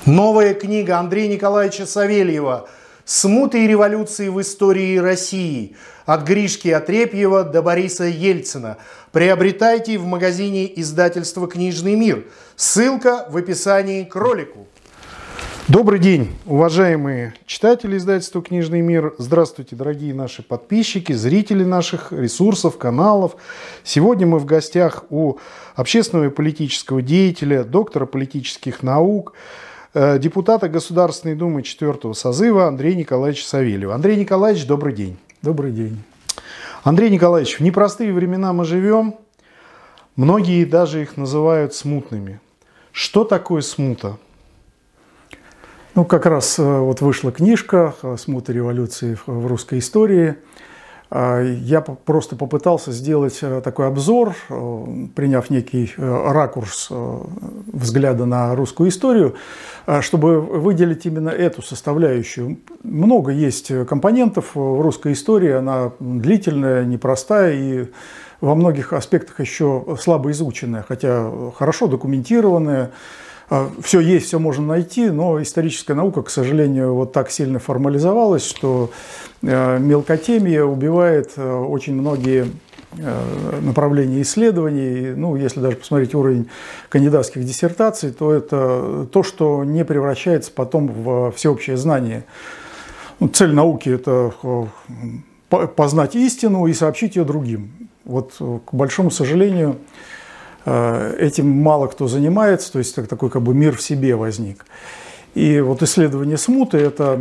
Новая книга Андрея Николаевича Савельева «Смуты и революции в истории России. От Гришки Отрепьева до Бориса Ельцина». Приобретайте в магазине издательства «Книжный мир». Ссылка в описании к ролику. Добрый день, уважаемые читатели издательства «Книжный мир». Здравствуйте, дорогие наши подписчики, зрители наших ресурсов, каналов. Сегодня мы в гостях у общественного и политического деятеля, доктора политических наук, депутата Государственной Думы 4-го созыва Андрея Николаевича Савельева. Андрей Николаевич, добрый день. Добрый день. Андрей Николаевич, в непростые времена мы живем. Многие даже их называют смутными. Что такое смута? Ну, как раз вот вышла книжка «Смуты революции в русской истории». Я просто попытался сделать такой обзор, приняв некий ракурс взгляда на русскую историю, чтобы выделить именно эту составляющую. Много есть компонентов в русской истории, она длительная, непростая и во многих аспектах еще слабо изученная, хотя хорошо документированная. Все есть, все можно найти, но историческая наука, к сожалению, вот так сильно формализовалась, что мелкотемия убивает очень многие направления исследований. Ну, если даже посмотреть уровень кандидатских диссертаций, то это то, что не превращается потом в всеобщее знание. Цель науки – это познать истину и сообщить ее другим. Вот, к большому сожалению, этим мало кто занимается, то есть такой как бы мир в себе возник. И вот исследование смуты – это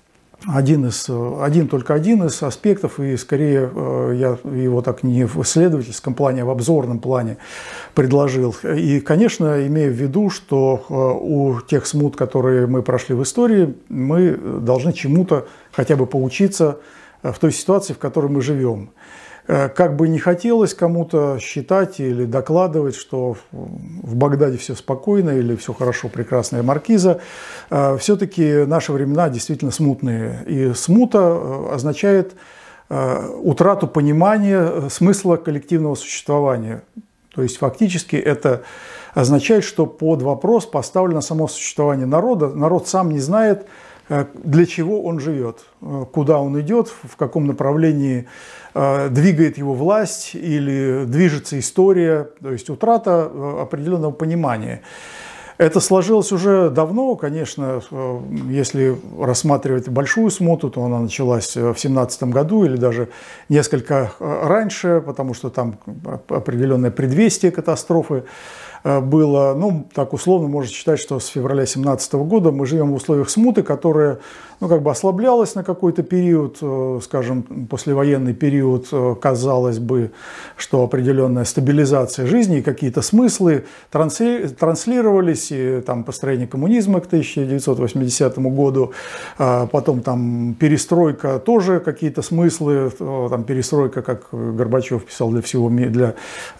только один из аспектов, и скорее я его так не в исследовательском плане, а в обзорном плане предложил. И, конечно, имею в виду, что у тех смут, которые мы прошли в истории, мы должны чему-то хотя бы поучиться в той ситуации, в которой мы живем. Как бы не хотелось кому-то считать или докладывать, что в Багдаде все спокойно или все хорошо, прекрасная маркиза, все-таки наши времена действительно смутные. И смута означает утрату понимания смысла коллективного существования. То есть фактически это означает, что под вопрос поставлено само существование народа. Народ сам не знает, для чего он живет, куда он идет, в каком направлении двигает его власть или движется история, то есть утрата определенного понимания. Это сложилось уже давно, конечно, если рассматривать большую смуту, то она началась в 1917 году или даже несколько раньше, потому что там определенное предвестие катастрофы было. Ну, так условно можно считать, что с февраля 2017 года мы живем в условиях смуты, которая, ну, как бы ослаблялась на какой-то период, скажем, послевоенный период, казалось бы, что определенная стабилизация жизни и какие-то смыслы транслировались, и там построение коммунизма к 1980 году, потом там перестройка, тоже какие-то смыслы, там перестройка, как Горбачев писал, для всего для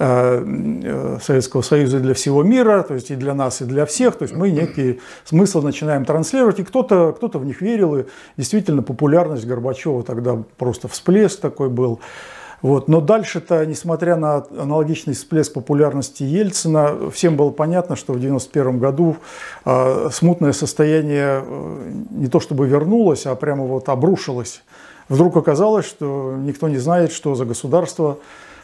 Советского Союза, для всего мира, то есть и для нас, и для всех, то есть мы некий смысл начинаем транслировать, и кто-то в них верил, и действительно популярность Горбачева тогда просто всплеск такой был. Вот. Но дальше-то, несмотря на аналогичный всплеск популярности Ельцина, всем было понятно, что в 1991 году смутное состояние не то чтобы вернулось, а прямо вот обрушилось. Вдруг оказалось, что никто не знает, что за государство,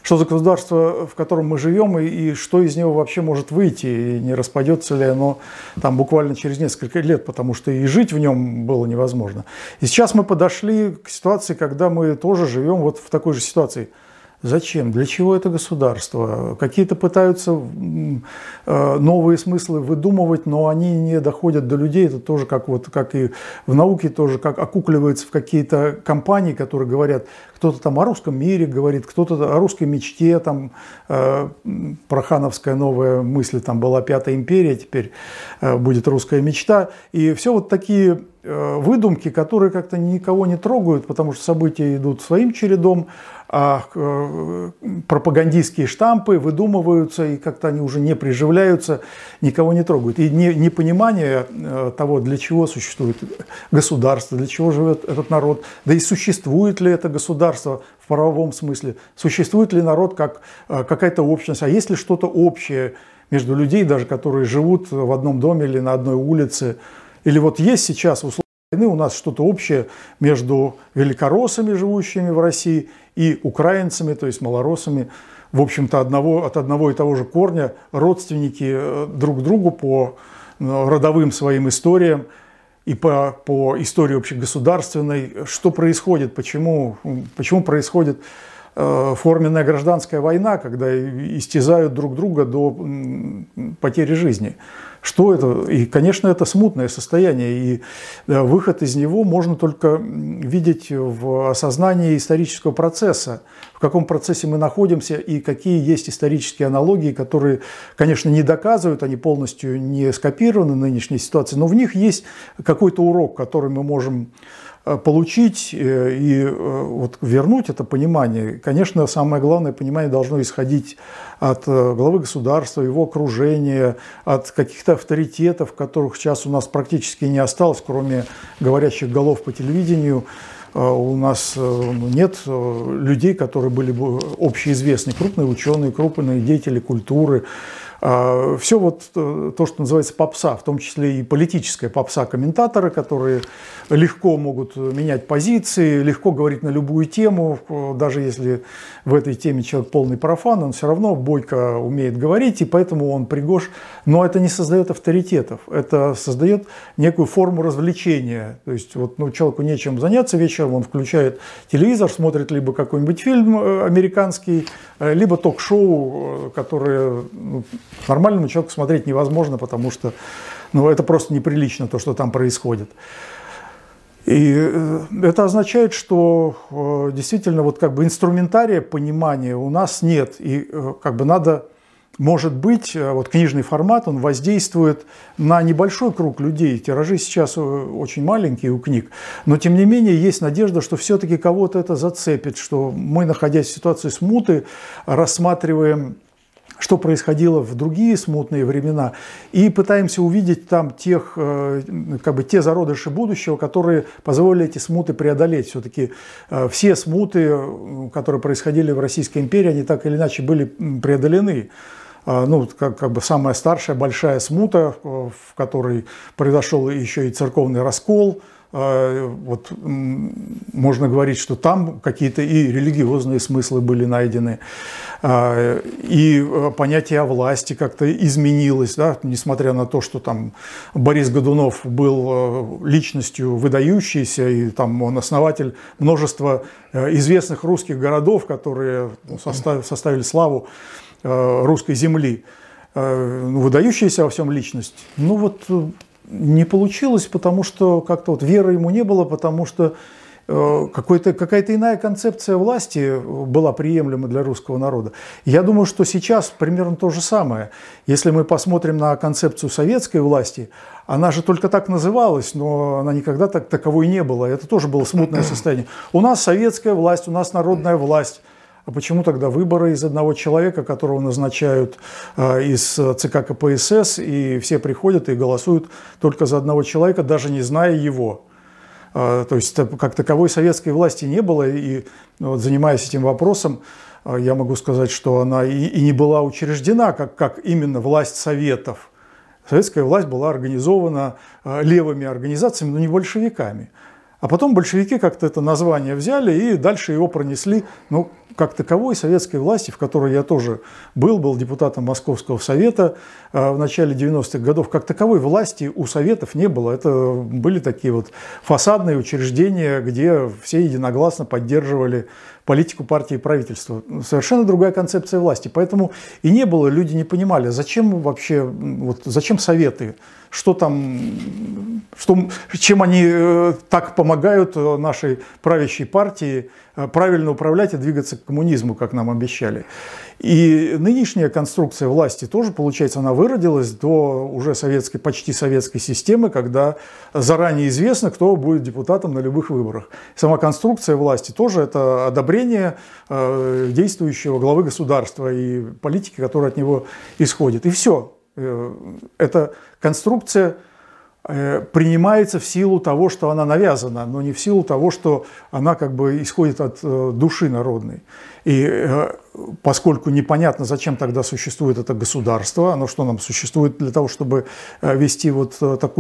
в котором мы живем, и что из него вообще может выйти, и не распадется ли оно там буквально через несколько лет, потому что и жить в нем было невозможно. И сейчас мы подошли к ситуации, когда мы тоже живем вот в такой же ситуации. Зачем? Для чего это государство? Какие-то пытаются новые смыслы выдумывать, но они не доходят до людей. Это тоже как и в науке, тоже как окукливается в какие-то компании, которые говорят, кто-то там о русском мире говорит, кто-то о русской мечте, там прохановская новая мысль, там была Пятая империя, теперь будет русская мечта. И все вот такие выдумки, которые как-то никого не трогают, потому что события идут своим чередом, а пропагандистские штампы выдумываются, и как-то они уже не приживляются, никого не трогают. И непонимание того, для чего существует государство, для чего живет этот народ, да и существует ли это государство в правовом смысле, существует ли народ как какая-то общность, а есть ли что-то общее между людей, даже которые живут в одном доме или на одной улице. Или вот есть сейчас в условиях войны у нас что-то общее между великороссами, живущими в России, и украинцами, то есть малороссами, в общем-то, от одного и того же корня, родственники друг другу по родовым своим историям и по истории общегосударственной. Что происходит, почему происходит форменная гражданская война, когда истязают друг друга до потери жизни. Что это? И, конечно, это смутное состояние, и выход из него можно только видеть в осознании исторического процесса, в каком процессе мы находимся и какие есть исторические аналогии, которые, конечно, не доказывают, они полностью не скопированы нынешней ситуации, но в них есть какой-то урок, который мы можем получить и вот вернуть это понимание. Конечно, самое главное понимание должно исходить от главы государства, его окружения, от каких-то авторитетов, которых сейчас у нас практически не осталось, кроме говорящих голов по телевидению. У нас нет людей, которые были бы общеизвестны, крупные ученые, крупные деятели культуры. Все вот то, что называется попса, в том числе и политическая попса, комментаторы, которые легко могут менять позиции, легко говорить на любую тему, даже если в этой теме человек полный профан, он все равно бойко умеет говорить, и поэтому он пригож. Но это не создает авторитетов, это создает некую форму развлечения. То есть вот, человеку нечем заняться вечером, он включает телевизор, смотрит либо какой-нибудь фильм американский, либо ток-шоу, которое нормальному человеку смотреть невозможно, потому что это просто неприлично, то, что там происходит. И это означает, что действительно вот как бы инструментария понимания у нас нет. И как бы надо, может быть, вот книжный формат, он воздействует на небольшой круг людей. Тиражи сейчас очень маленькие у книг, но тем не менее есть надежда, что все-таки кого-то это зацепит, что мы, находясь в ситуации смуты, рассматриваем, что происходило в другие смутные времена, и пытаемся увидеть там те зародыши будущего, которые позволили эти смуты преодолеть. Все-таки все смуты, которые происходили в Российской империи, они так или иначе были преодолены. Как бы самая старшая большая смута, в которой произошел еще и церковный раскол. Вот можно говорить, что там какие-то и религиозные смыслы были найдены, и понятие о власти как-то изменилось, да, несмотря на то, что там Борис Годунов был личностью выдающейся, и там он основатель множества известных русских городов, которые составили славу русской земли, выдающаяся во всем личность. Не получилось, потому что как-то вот веры ему не было, потому что какая-то иная концепция власти была приемлема для русского народа. Я думаю, что сейчас примерно то же самое. Если мы посмотрим на концепцию советской власти, она же только так называлась, но она никогда таковой не была. Это тоже было смутное состояние. У нас советская власть, у нас народная власть. А почему тогда выборы из одного человека, которого назначают из ЦК КПСС, и все приходят и голосуют только за одного человека, даже не зная его? То есть как таковой советской власти не было, и занимаясь этим вопросом, я могу сказать, что она и не была учреждена как именно власть советов. Советская власть была организована левыми организациями, но не большевиками. А потом большевики как-то это название взяли и дальше его пронесли, как таковой советской власти, в которой я тоже был депутатом Московского совета в начале 90-х годов, как таковой власти у советов не было. Это были такие вот фасадные учреждения, где все единогласно поддерживали политику партии и правительства. Совершенно другая концепция власти. Поэтому и не было, люди не понимали, зачем вообще, зачем советы, чем они так помогают нашей правящей партии правильно управлять и двигаться к коммунизму, как нам обещали. И нынешняя конструкция власти тоже, получается, она выродилась до уже почти советской системы, когда заранее известно, кто будет депутатом на любых выборах. Сама конструкция власти тоже это одобрение действующего главы государства и политики, которая от него исходит. И все. Эта конструкция принимается в силу того, что она навязана, но не в силу того, что она как бы исходит от души народной. И поскольку непонятно, зачем тогда существует это государство, оно что нам существует для того, чтобы вести вот такую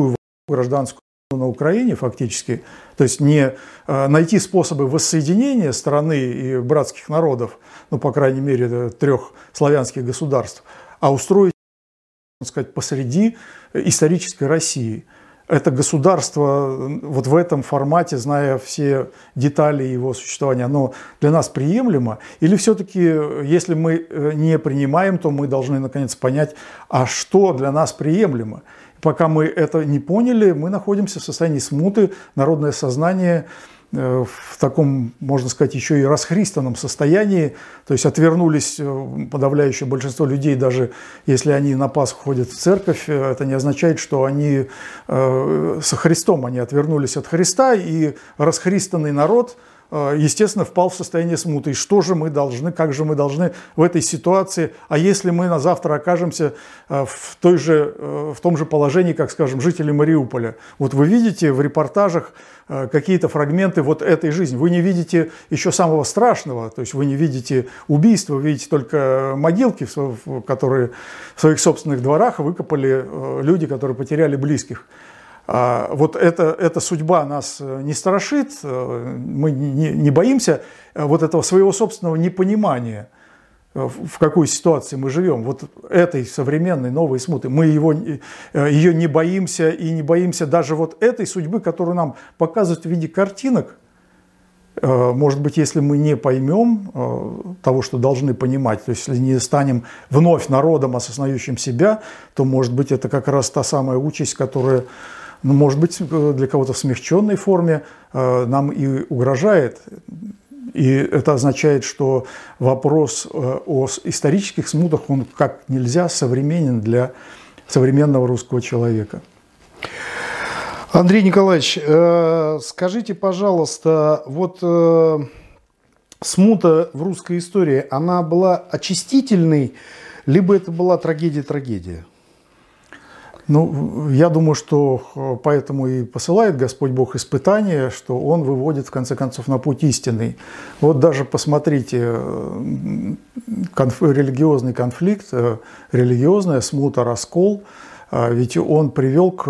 гражданскую на Украине фактически, то есть не найти способы воссоединения страны и братских народов, ну, по крайней мере, 3 славянских государств, а устроить, можно сказать, посреди исторической России. Это государство вот в этом формате, зная все детали его существования, оно для нас приемлемо? Или все-таки, если мы не принимаем, то мы должны наконец понять, а что для нас приемлемо? Пока мы это не поняли, мы находимся в состоянии смуты, народное сознание в таком, можно сказать, еще и расхристанном состоянии, то есть отвернулись подавляющее большинство людей, даже если они на Пасху ходят в церковь, это не означает, что они со Христом, они отвернулись от Христа, и расхристанный народ, естественно, впал в состояние смуты. И что же мы должны, как же мы должны в этой ситуации, а если мы на завтра окажемся в том же положении, как, скажем, жители Мариуполя? Вот вы видите в репортажах какие-то фрагменты вот этой жизни. Вы не видите еще самого страшного, то есть вы не видите убийства, вы видите только могилки, которые в своих собственных дворах выкопали люди, которые потеряли близких. Вот эта судьба нас не страшит, мы не боимся вот этого своего собственного непонимания, в какой ситуации мы живем, вот этой современной новой смуты. Мы ее не боимся, и не боимся даже вот этой судьбы, которую нам показывают в виде картинок. Может быть, если мы не поймем того, что должны понимать, то есть если не станем вновь народом, осознающим себя, то, может быть, это как раз та самая участь, которая, ну, может быть, для кого-то в смягченной форме нам и угрожает. И это означает, что вопрос о исторических смутах, он как нельзя современен для современного русского человека. Андрей Николаевич, скажите, пожалуйста, вот смута в русской истории, она была очистительной, либо это была трагедия-трагедия? Ну, я думаю, что поэтому и посылает Господь Бог испытания, что Он выводит, в конце концов, на путь истинный. Вот даже посмотрите, религиозный конфликт, религиозная смута, раскол, ведь он привел к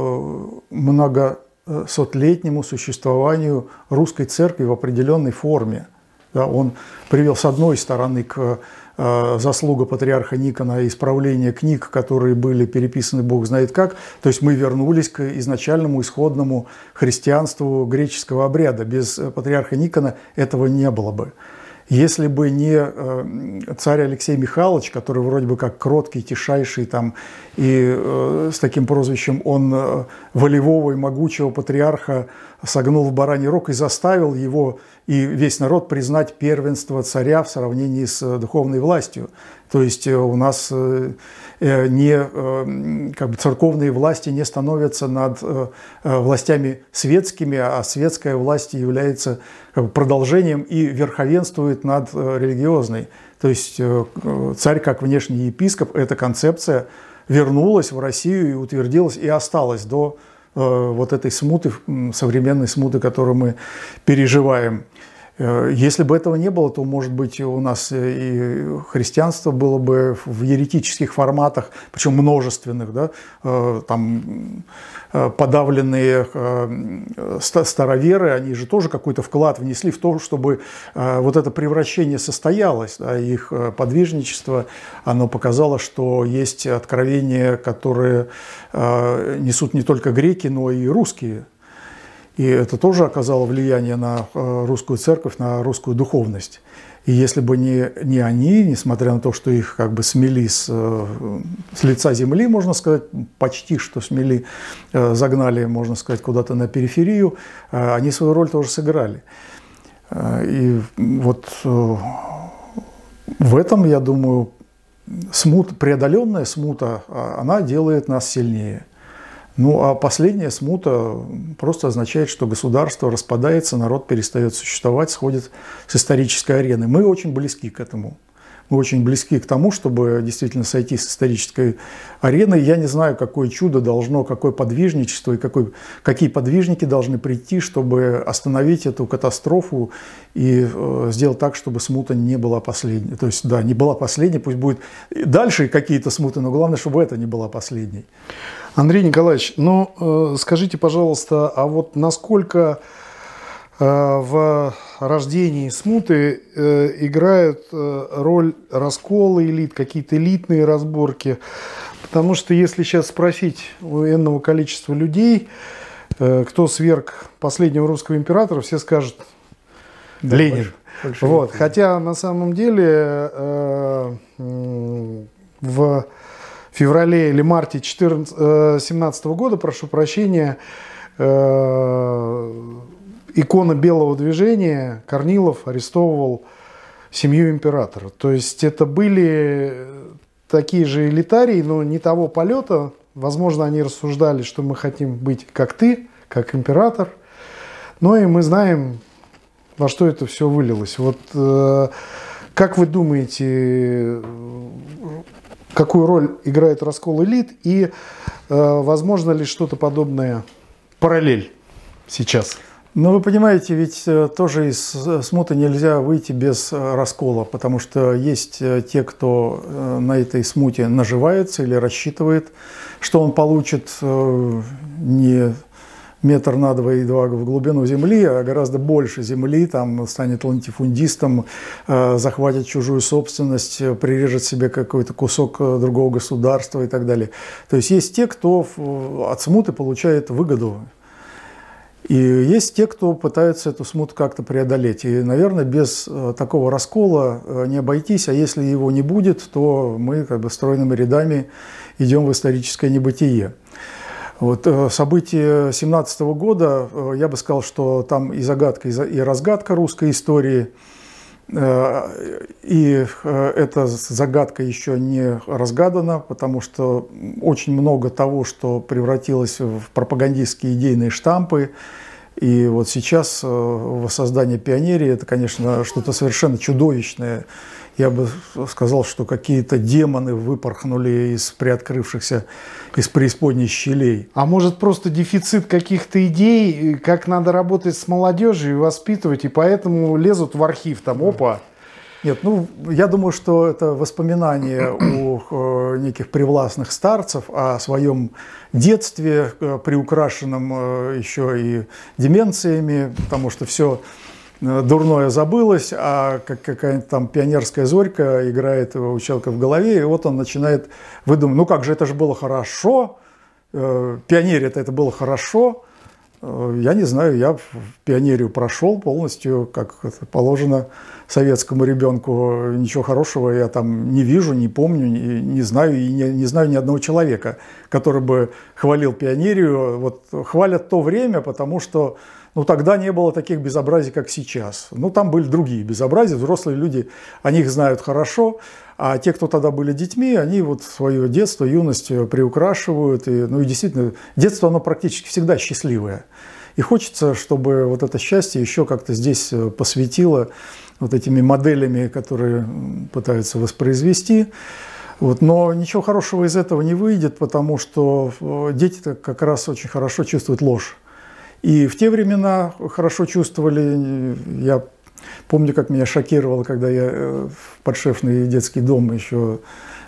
многосотлетнему существованию русской церкви в определенной форме. Он привел, с одной стороны, к заслуга патриарха Никона исправления книг, которые были переписаны Бог знает как. То есть мы вернулись к изначальному исходному христианству греческого обряда. Без патриарха Никона этого не было бы. Если бы не царь Алексей Михайлович, который вроде бы как кроткий, тишайший там, и с таким прозвищем, он волевого и могучего патриарха согнул в бараний рог и заставил его и весь народ признать первенство царя в сравнении с духовной властью. То есть у нас церковные власти не становятся над властями светскими, а светская власть является продолжением и верховенствует над религиозной. То есть царь как внешний епископ, эта концепция вернулась в Россию и утвердилась и осталась до вот этой смуты, современной смуты, которую мы переживаем. Если бы этого не было, то, может быть, у нас и христианство было бы в еретических форматах, причем множественных, да, там подавленные староверы, они же тоже какой-то вклад внесли в то, чтобы вот это превращение состоялось, да, их подвижничество, оно показало, что есть откровения, которые несут не только греки, но и русские. И это тоже оказало влияние на русскую церковь, на русскую духовность. И если бы не они, несмотря на то, что их как бы смели с лица земли, можно сказать, почти что смели, загнали, можно сказать, куда-то на периферию, они свою роль тоже сыграли. И вот в этом, я думаю, преодоленная смута, она делает нас сильнее. Ну, а последняя смута просто означает, что государство распадается, народ перестает существовать, сходит с исторической арены. Мы очень близки к этому. мы очень близки к тому, чтобы действительно сойти с исторической арены. Я не знаю, какое чудо должно, какое подвижничество и какие подвижники должны прийти, чтобы остановить эту катастрофу и сделать так, чтобы смута не была последней. То есть, да, не была последней, пусть будет дальше какие-то смуты, но главное, чтобы это не была последней. Андрей Николаевич, ну скажите, пожалуйста, а вот насколько в рождении смуты играют роль расколы элит, какие-то элитные разборки? Потому что если сейчас спросить у энного количества людей, кто сверг последнего русского императора, все скажут Ленин. Вот. Хотя на самом деле в феврале или марте 2017 года, прошу прощения, икона Белого движения Корнилов арестовывал семью императора. То есть это были такие же элитарии, но не того полета. Возможно, они рассуждали, что мы хотим быть как ты, как император. Но и мы знаем, во что это все вылилось. Вот как вы думаете, какую роль играет раскол элит и возможно ли что-то подобное, параллель сейчас? Ну, вы понимаете, ведь тоже из смуты нельзя выйти без раскола, потому что есть те, кто на этой смуте наживается или рассчитывает, что он получит не метр на 2,2 в глубину земли, а гораздо больше земли, там станет латифундистом, захватит чужую собственность, прирежет себе какой-то кусок другого государства и так далее. То есть есть те, кто от смуты получает выгоду. И есть те, кто пытается эту смуту как-то преодолеть. И, наверное, без такого раскола не обойтись. А если его не будет, то мы как бы стройными рядами идем в историческое небытие. Вот, события 2017 года, я бы сказал, что там и загадка, и разгадка русской истории. И эта загадка еще не разгадана, потому что очень много того, что превратилось в пропагандистские идейные штампы. И вот сейчас воссоздание пионерии – это, конечно, что-то совершенно чудовищное. Я бы сказал, что какие-то демоны выпорхнули из приоткрывшихся, из преисподней щелей. А может, просто дефицит каких-то идей, как надо работать с молодежью и воспитывать, и поэтому лезут в архив, там, опа. Нет, ну, я думаю, что это воспоминания у неких привластных старцев о своем детстве, приукрашенном еще и деменциями, потому что все дурное забылось, а какая-нибудь там пионерская зорька играет у человека в голове, и вот он начинает выдумывать, ну как же, это же было хорошо, пионерия-то это было хорошо. Я не знаю, я пионерию прошел полностью, как это положено советскому ребенку. Ничего хорошего я там не вижу, не помню, не знаю, и не знаю ни одного человека, который бы хвалил пионерию. Вот хвалят то время, потому что тогда не было таких безобразий, как сейчас. Там были другие безобразия, взрослые люди о них знают хорошо, а те, кто тогда были детьми, они вот свое детство, юность приукрашивают. И действительно, детство, оно практически всегда счастливое. И хочется, чтобы вот это счастье еще как-то здесь посветило вот этими моделями, которые пытаются воспроизвести. Но ничего хорошего из этого не выйдет, потому что дети как раз очень хорошо чувствуют ложь. И в те времена хорошо чувствовали. Я помню, как меня шокировало, когда я в подшефный детский дом еще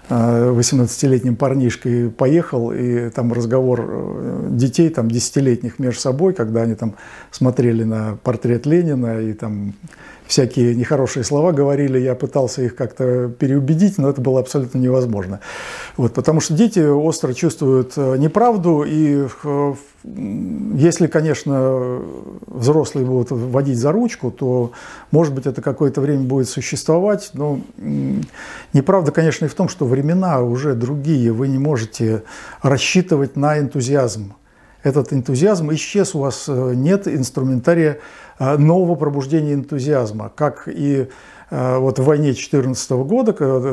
18-летним парнишкой поехал, и там разговор детей, там 10-летних между собой, когда они там смотрели на портрет Ленина и там всякие нехорошие слова говорили, я пытался их как-то переубедить, но это было абсолютно невозможно. Потому что дети остро чувствуют неправду, и если, конечно, взрослые будут водить за ручку, то, может быть, это какое-то время будет существовать, но неправда, конечно, и в том, что времена уже другие, вы не можете рассчитывать на энтузиазм. Этот энтузиазм исчез, у вас нет инструментария нового пробуждения энтузиазма. Как и вот в войне 2014 года,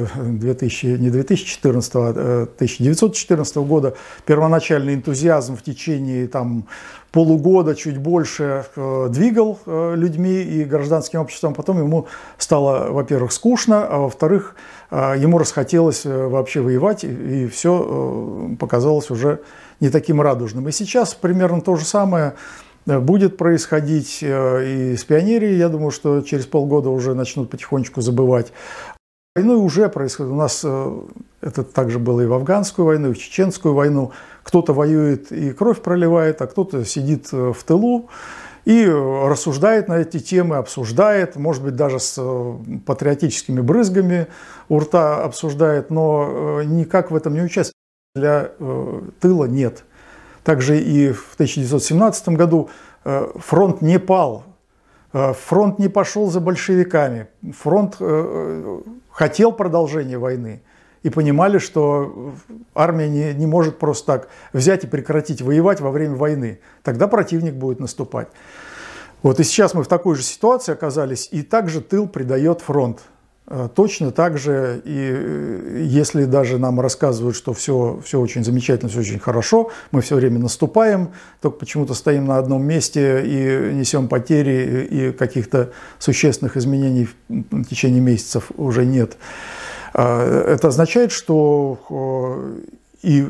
не 2014, а 1914 года, первоначальный энтузиазм в течение там, полугода, чуть больше, двигал людьми и гражданским обществом. Потом ему стало, во-первых, скучно, а во-вторых, ему расхотелось вообще воевать, и все показалось уже не таким радужным. И сейчас примерно то же самое будет происходить и с пионерией. Я думаю, что через полгода уже начнут потихонечку забывать. Войной уже происходит. У нас это также было и в афганскую войну, и в чеченскую войну. Кто-то воюет и кровь проливает, а кто-то сидит в тылу и рассуждает на эти темы, обсуждает, может быть, даже с патриотическими брызгами у рта обсуждает, но никак в этом не участвует. Для тыла нет. Также и в 1917 году фронт не пал, фронт не пошел за большевиками, фронт хотел продолжения войны и понимали, что армия не может просто так взять и прекратить воевать во время войны. Тогда противник будет наступать. Вот и сейчас мы в такой же ситуации оказались, и также тыл предает фронт. Точно так же, и если даже нам рассказывают, что все очень замечательно, все очень хорошо, мы все время наступаем, только почему-то стоим на одном месте и несем потери, и каких-то существенных изменений в течение месяцев уже нет. Это означает, что и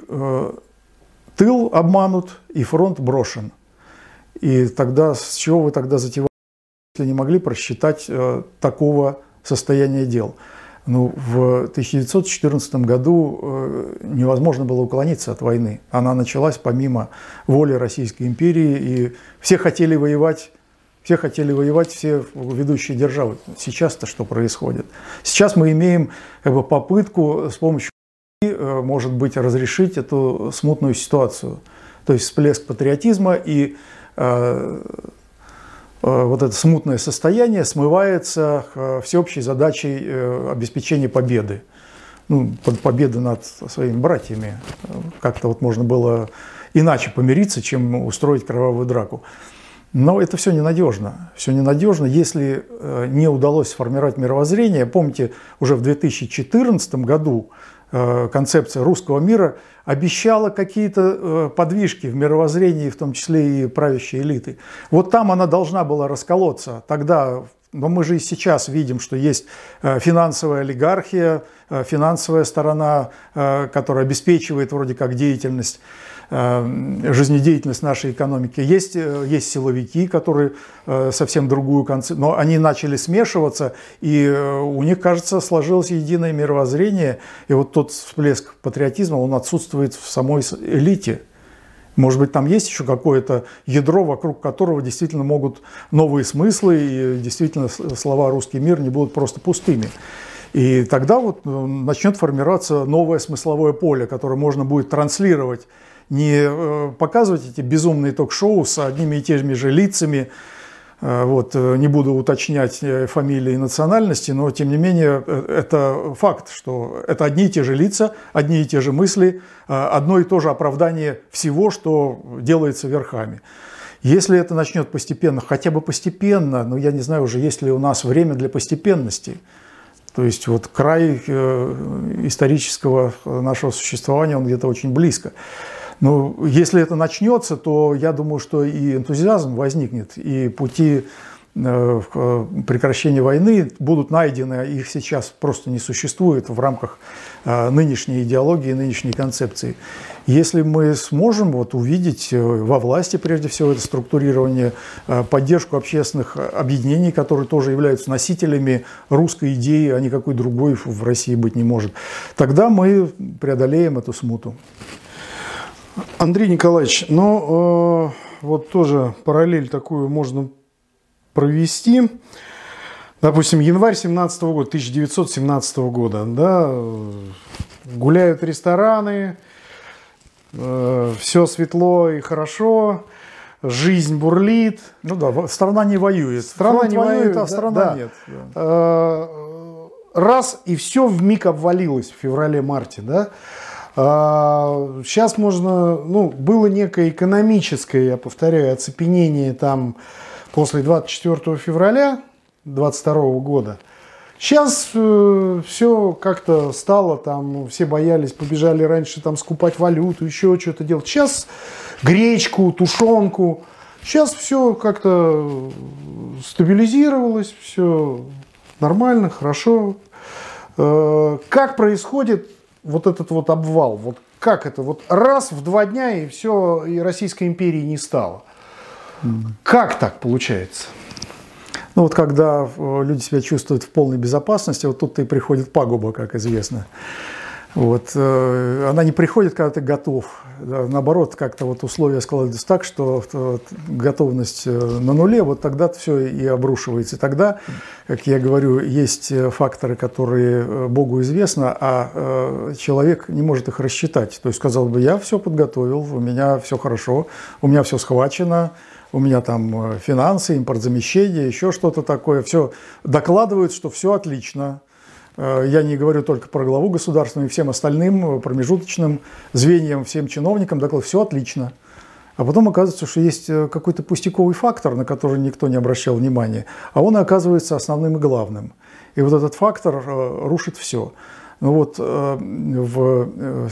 тыл обманут, и фронт брошен. И тогда с чего вы тогда затевали, если не могли просчитать такого состояние дел? Ну, в 1914 году невозможно было уклониться от войны. Она началась помимо воли Российской империи, и все хотели воевать, все ведущие державы. Сейчас-то что происходит? Сейчас мы имеем попытку с помощью войны, может быть, разрешить эту смутную ситуацию. То есть всплеск патриотизма и вот это смутное состояние смывается всеобщей задачей обеспечения победы. Ну, победы над своими братьями. Как-то вот можно было иначе помириться, чем устроить кровавую драку. Но это все ненадежно. Все ненадежно, если не удалось сформировать мировоззрение. Помните, уже в 2014 году концепция русского мира обещала какие-то подвижки в мировоззрении, в том числе и правящей элиты. Вот там она должна была расколоться. Тогда, но мы же и сейчас видим, что есть финансовая олигархия, финансовая сторона, которая обеспечивает вроде как деятельность, жизнедеятельность нашей экономики. Есть силовики, которые совсем другую концепцию, но они начали смешиваться, и у них, кажется, сложилось единое мировоззрение, и вот тот всплеск патриотизма, он отсутствует в самой элите. Может быть, там есть еще какое-то ядро, вокруг которого действительно могут новые смыслы, и действительно слова «русский мир» не будут просто пустыми. И тогда вот начнет формироваться новое смысловое поле, которое можно будет транслировать, не показывать эти безумные ток-шоу с одними и теми же лицами. Вот, не буду уточнять фамилии и национальности, но тем не менее это факт, что это одни и те же лица, одни и те же мысли, одно и то же оправдание всего, что делается верхами. Если это начнет постепенно, хотя бы постепенно, но я не знаю уже, есть ли у нас время для постепенности. То есть вот край исторического нашего существования, он где-то очень близко. Но если это начнется, то я думаю, что и энтузиазм возникнет, и пути прекращения войны будут найдены, их сейчас просто не существует в рамках нынешней идеологии, нынешней концепции. Если мы сможем вот увидеть во власти, прежде всего, это структурирование, поддержку общественных объединений, которые тоже являются носителями русской идеи, а никакой другой в России быть не может, тогда мы преодолеем эту смуту. Андрей Николаевич, ну вот тоже параллель такую можно провести. Допустим, январь 1917 года, да, гуляют рестораны, все светло и хорошо, жизнь бурлит. Ну да, страна не воюет. Страна не воюет, а страна да. нет. Да. Раз, и все вмиг обвалилось в феврале-марте, да. Сейчас можно, ну, было некое экономическое, я повторяю, оцепенение там после 24 февраля 22 года. Сейчас все как-то стало, там все боялись, побежали раньше там скупать валюту, еще что-то делать. Сейчас гречку, тушенку. Сейчас все как-то стабилизировалось, все нормально, хорошо. Как происходит вот этот вот обвал? Вот как это? Вот раз в 2 дня и все, и Российской империи не стало. Как так получается? Ну вот когда люди себя чувствуют в полной безопасности, вот тут-то и приходит пагуба, как известно. Вот. Она не приходит, когда ты готов. Наоборот, как-то вот условия складываются так, что готовность на нуле, вот тогда все и обрушивается. И тогда, как я говорю, есть факторы, которые Богу известны, а человек не может их рассчитать. То есть сказал бы, я все подготовил, у меня все хорошо, у меня все схвачено, у меня там финансы, импортзамещение, еще что-то такое. Все докладывают, что все отлично. Я не говорю только про главу государства, но и всем остальным промежуточным звеньям, всем чиновникам докладывают, все отлично. А потом оказывается, что есть какой-то пустяковый фактор, на который никто не обращал внимания, а он оказывается основным и главным. И вот этот фактор рушит все. Ну вот в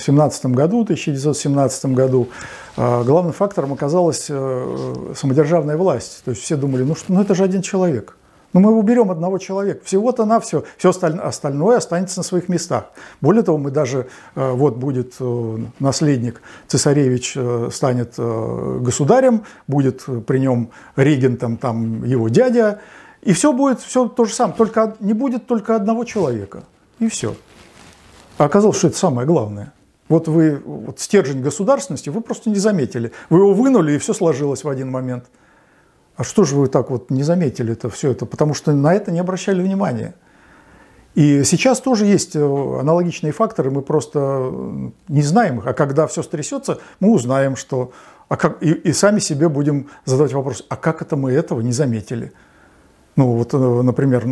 1917 году главным фактором оказалась самодержавная власть. То есть все думали, ну это же один человек. Но мы уберем одного человека, всего-то навсего, все остальное останется на своих местах. Более того, мы даже, вот будет наследник, цесаревич станет государем, будет при нем регентом там его дядя, и все будет все то же самое, только не будет только одного человека, и все. А оказалось, что это самое главное. Вот вы вот стержень государственности вы просто не заметили, вы его вынули, и все сложилось в один момент. А что же вы так вот не заметили это все это? Потому что на это не обращали внимания. И сейчас тоже есть аналогичные факторы, мы просто не знаем их. А когда все стрясется, мы узнаем, что... И сами себе будем задавать вопрос, а как это мы этого не заметили? Ну вот, например,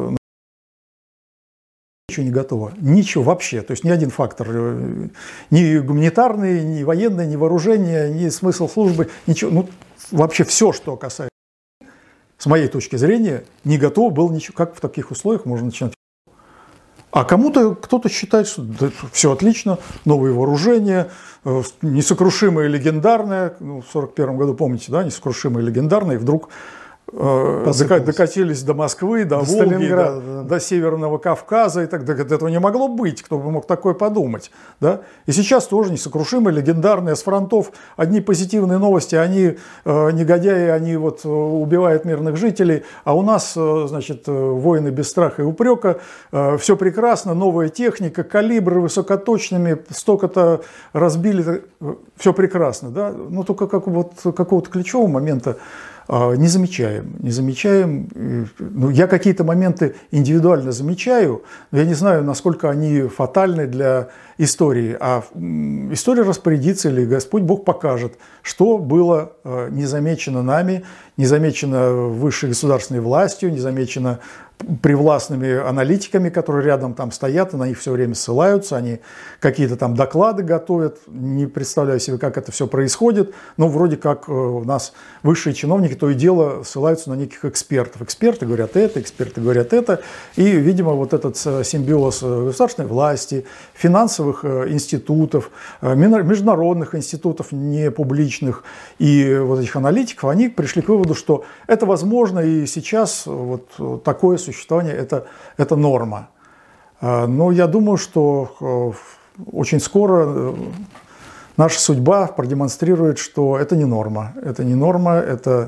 ничего не готово. Ничего вообще. То есть ни один фактор, ни гуманитарный, ни военный, ни вооружение, ни смысл службы, ничего. Ну, вообще все, что касается, с моей точки зрения, не готово было ничего. Как в таких условиях можно начинать? А кто-то считает, что да, все отлично, новые вооружения, несокрушимое, легендарное. Ну, в 1941 году, помните, да, несокрушимое, легендарное, и вдруг докатились до Москвы, до Волги, до Северного Кавказа, и так далее. Этого не могло быть, кто бы мог такое подумать. Да? И сейчас тоже несокрушимые, легендарные, с фронтов одни позитивные новости, они негодяи, они вот убивают мирных жителей, а у нас, значит, воины без страха и упрека, все прекрасно, новая техника, калибры высокоточными, столько-то разбили, все прекрасно. Да? Но только какого-то ключевого момента не замечаем. Ну, я какие-то моменты индивидуально замечаю, но я не знаю, насколько они фатальны для истории. А история распорядится, или Господь Бог покажет, что было незамечено нами, незамечено высшей государственной властью, незамечено привластными аналитиками, которые рядом там стоят и на них все время ссылаются, они какие-то там доклады готовят, не представляю себе, как это все происходит, но вроде как у нас высшие чиновники то и дело ссылаются на неких экспертов. Эксперты говорят это, и, видимо, вот этот симбиоз государственной власти, финансовых институтов, международных институтов непубличных и вот этих аналитиков, они пришли к выводу, что это возможно, и сейчас вот такое существование – это норма. Но я думаю, что очень скоро наша судьба продемонстрирует, что это не норма. Это не норма, это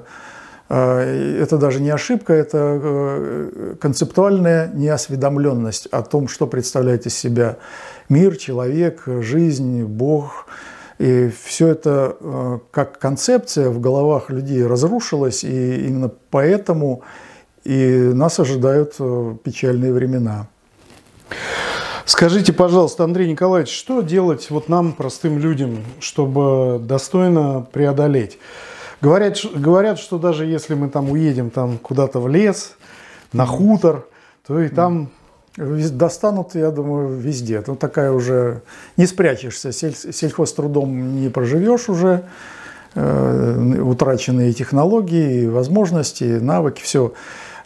даже не ошибка, это концептуальная неосведомленность о том, что представляет из себя мир, человек, жизнь, Бог. И все это как концепция в головах людей разрушилось, и именно поэтому и нас ожидают печальные времена. Скажите, пожалуйста, Андрей Николаевич, что делать вот нам, простым людям, чтобы достойно преодолеть? Говорят, что даже если мы там уедем там куда-то в лес, на хутор, то и там... Достанут, я думаю, везде. Ну, такая уже... Не спрячешься, сельхозтрудом не проживешь уже. Утраченные технологии, возможности, навыки, все.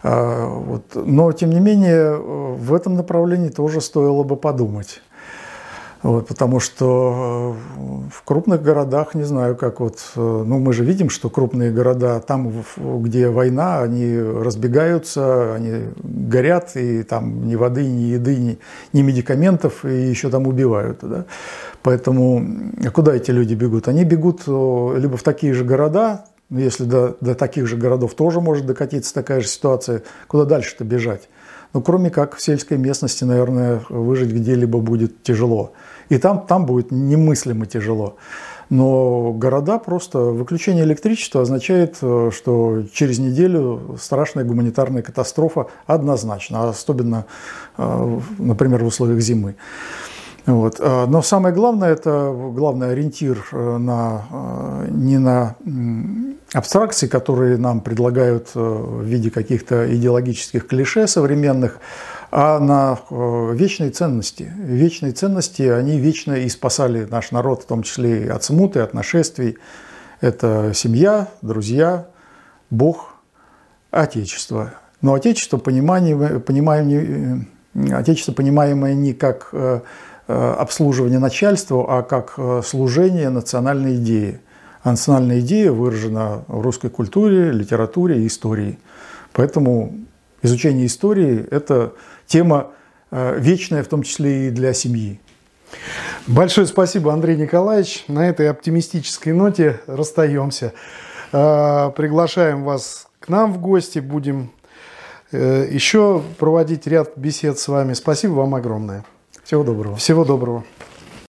Вот. Но, тем не менее, в этом направлении тоже стоило бы подумать. Вот, потому что в крупных городах, не знаю, как вот, ну, мы же видим, что крупные города, там, где война, они разбегаются, они горят, и там ни воды, ни еды, ни медикаментов, и еще там убивают. Да? Поэтому куда эти люди бегут? Они бегут либо в такие же города, если до таких же городов тоже может докатиться такая же ситуация, куда дальше-то бежать? Ну, кроме как в сельской местности, наверное, выжить где-либо будет тяжело. И там будет немыслимо тяжело. Но города просто... Выключение электричества означает, что через неделю страшная гуманитарная катастрофа однозначно, особенно, например, в условиях зимы. Вот. Но самое главное, это главный ориентир не на абстракции, которые нам предлагают в виде каких-то идеологических клише современных, а на вечные ценности. Вечные ценности, они вечно и спасали наш народ, в том числе и от смуты, от нашествий. Это семья, друзья, Бог, Отечество. Но Отечество, понимаемое не как обслуживание начальства, а как служение национальной идеи. А национальная идея выражена в русской культуре, литературе и истории. Поэтому изучение истории – это тема вечная, в том числе и для семьи. Большое спасибо, Андрей Николаевич. На этой оптимистической ноте расстаемся. Приглашаем вас к нам в гости. Будем еще проводить ряд бесед с вами. Спасибо вам огромное. Всего доброго. Всего доброго.